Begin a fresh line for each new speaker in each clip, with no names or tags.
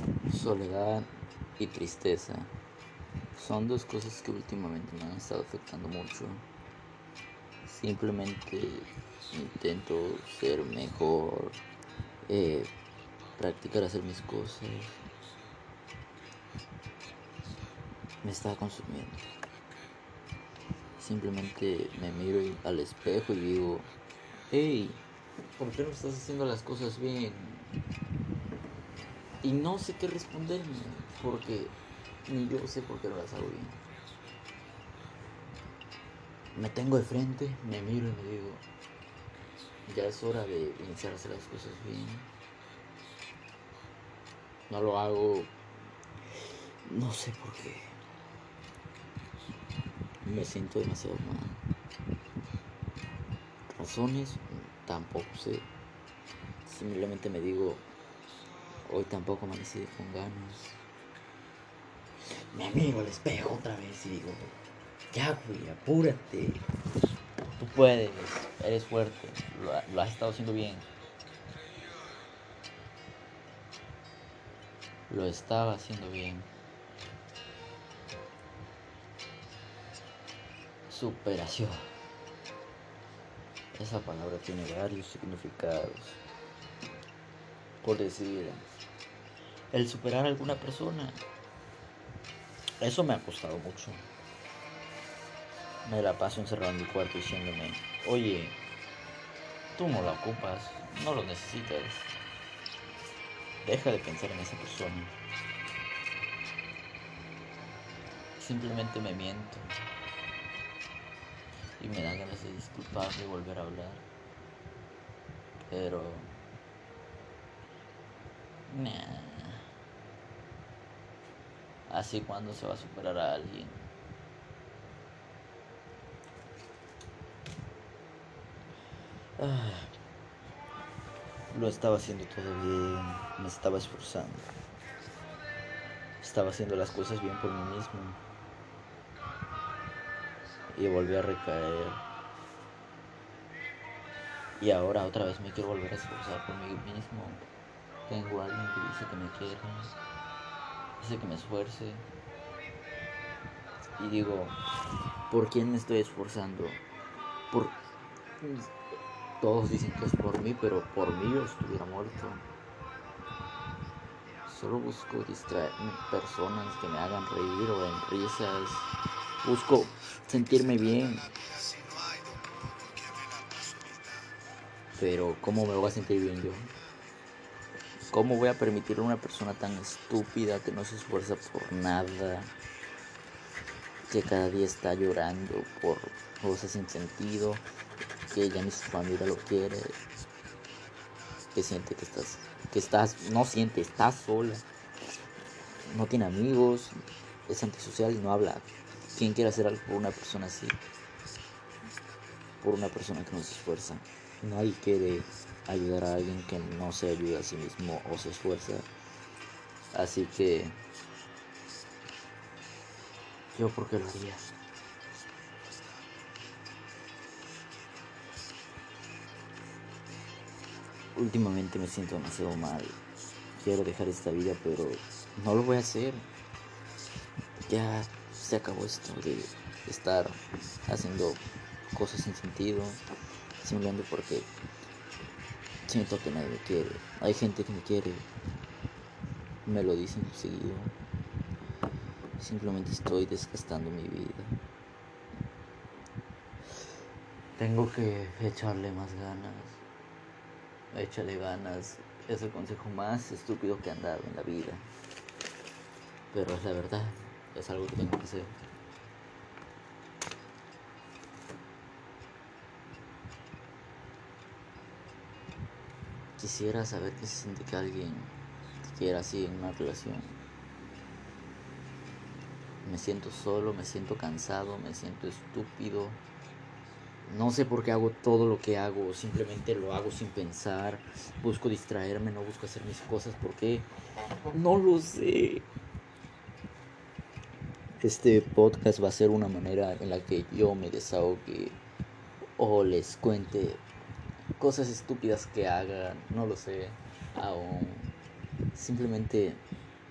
Soledad y tristeza son dos cosas que últimamente me han estado afectando mucho. Simplemente intento ser mejor, eh, practicar hacer mis cosas. Me está consumiendo. Simplemente me miro al espejo y digo, hey, ¿por qué no estás haciendo las cosas bien? Y no sé qué responderme, porque ni yo sé por qué no las hago bien. Me tengo de frente, me miro y me digo, ya es hora de iniciar a hacer las cosas bien. No lo hago, no sé por qué. Me siento demasiado mal. Razones, tampoco sé. Simplemente me digo, hoy tampoco amanecí con ganas. Me miro al espejo otra vez y digo, ya güey, apúrate. Tú puedes, eres fuerte, lo has estado haciendo bien. Lo estaba haciendo bien. Superación. Esa palabra tiene varios significados. Por decir, el superar a alguna persona. Eso me ha costado mucho. Me la paso encerrado en mi cuarto diciéndome, oye, tú no la ocupas, no lo necesitas. Deja de pensar en esa persona. Simplemente me miento y me da ganas de disculparme y volver a hablar. Pero, nah. Así cuando se va a superar a alguien. Ah, lo estaba haciendo todo bien, me estaba esforzando. Estaba haciendo las cosas bien por mí mismo. Y volví a recaer. Y ahora otra vez me quiero volver a esforzar por mí mismo. Tengo a alguien que dice que me quiere, dice que me esfuerce. Y digo, ¿por quién me estoy esforzando? Por... Todos dicen que es por mí, pero por mí yo estuviera muerto. Solo busco distraerme en personas que me hagan reír o en risas. Busco sentirme bien. Pero ¿cómo me voy a sentir bien yo? ¿Cómo voy a permitirle a una persona tan estúpida que no se esfuerza por nada, que cada día está llorando por cosas sin sentido, que ya ni su familia lo quiere, que siente no siente, está sola, no tiene amigos, es antisocial y no habla? ¿Quién quiere hacer algo por una persona así? Por una persona que no se esfuerza. Nadie quiere ayudar a alguien que no se ayuda a sí mismo o se esfuerza. Así que yo, ¿por qué lo haría? Últimamente me siento demasiado mal. Quiero dejar esta vida, pero no lo voy a hacer. Ya se acabó esto de estar haciendo cosas sin sentido, simplemente porque siento que nadie me quiere. Hay gente que me quiere, me lo dicen seguido. Simplemente estoy desgastando mi vida. Tengo que echarle más ganas. Échale ganas. Es el consejo más estúpido que han dado en la vida. Pero es la verdad. Es algo que tengo que hacer. Quisiera saber qué se siente que alguien te quiera así en una relación. Me siento solo, me siento cansado, me siento estúpido. No sé por qué hago todo lo que hago, simplemente lo hago sin pensar. Busco distraerme, no busco hacer mis cosas. ¿Por qué? No lo sé. Este podcast va a ser una manera en la que yo me desahogue o les cuente cosas estúpidas que hagan, no lo sé, aún. Simplemente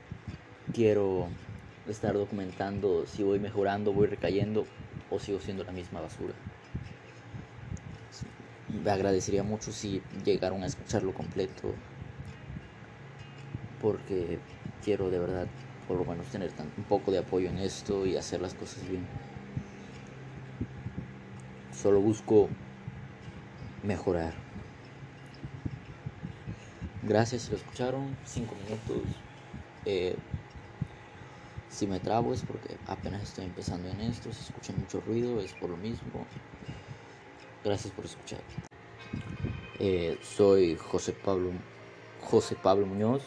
quiero estar documentando si voy mejorando, voy recayendo o sigo siendo la misma basura. Me agradecería mucho si llegaron a escucharlo completo, porque quiero de verdad por lo menos tener un poco de apoyo en esto y hacer las cosas bien. Solo busco mejorar. Gracias si lo escucharon. 5 minutos. Si me trabo es porque apenas estoy empezando en esto. Si escuchan mucho ruido es por lo mismo. Gracias por escuchar. Soy José Pablo Muñoz.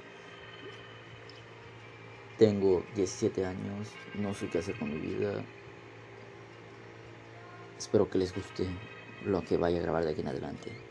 Tengo 17 años. No sé qué hacer con mi vida. Espero que les guste lo que vaya a grabar de aquí en adelante.